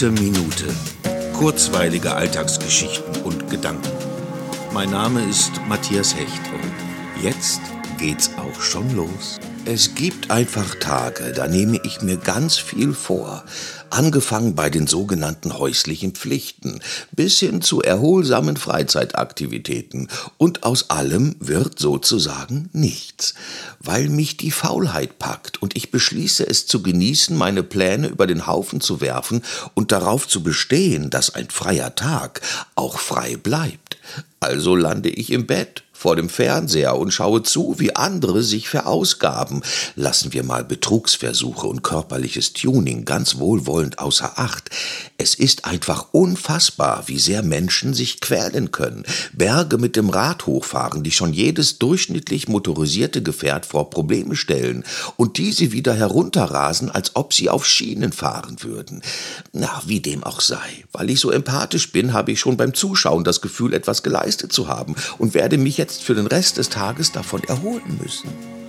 Gute Minute. Kurzweilige Alltagsgeschichten und Gedanken. Mein Name ist Matthias Hecht und jetzt geht's auch schon los. Es gibt einfach Tage, da nehme ich mir ganz viel vor. Angefangen bei den sogenannten häuslichen Pflichten bis hin zu erholsamen Freizeitaktivitäten. Und aus allem wird sozusagen nichts, weil mich die Faulheit packt und ich beschließe es zu genießen, meine Pläne über den Haufen zu werfen und darauf zu bestehen, dass ein freier Tag auch frei bleibt. Also lande ich im Bett vor dem Fernseher und schaue zu, wie andere sich verausgaben. Lassen wir mal Betrugsversuche und körperliches Tuning ganz wohlwollend außer Acht. Es ist einfach unfassbar, wie sehr Menschen sich quälen können. Berge mit dem Rad hochfahren, die schon jedes durchschnittlich motorisierte Gefährt vor Probleme stellen und diese wieder herunterrasen, als ob sie auf Schienen fahren würden. Na, wie dem auch sei. Weil ich so empathisch bin, habe ich schon beim Zuschauen das Gefühl, etwas geleistet zu haben und werde mich jetzt für den Rest des Tages davon erholen müssen.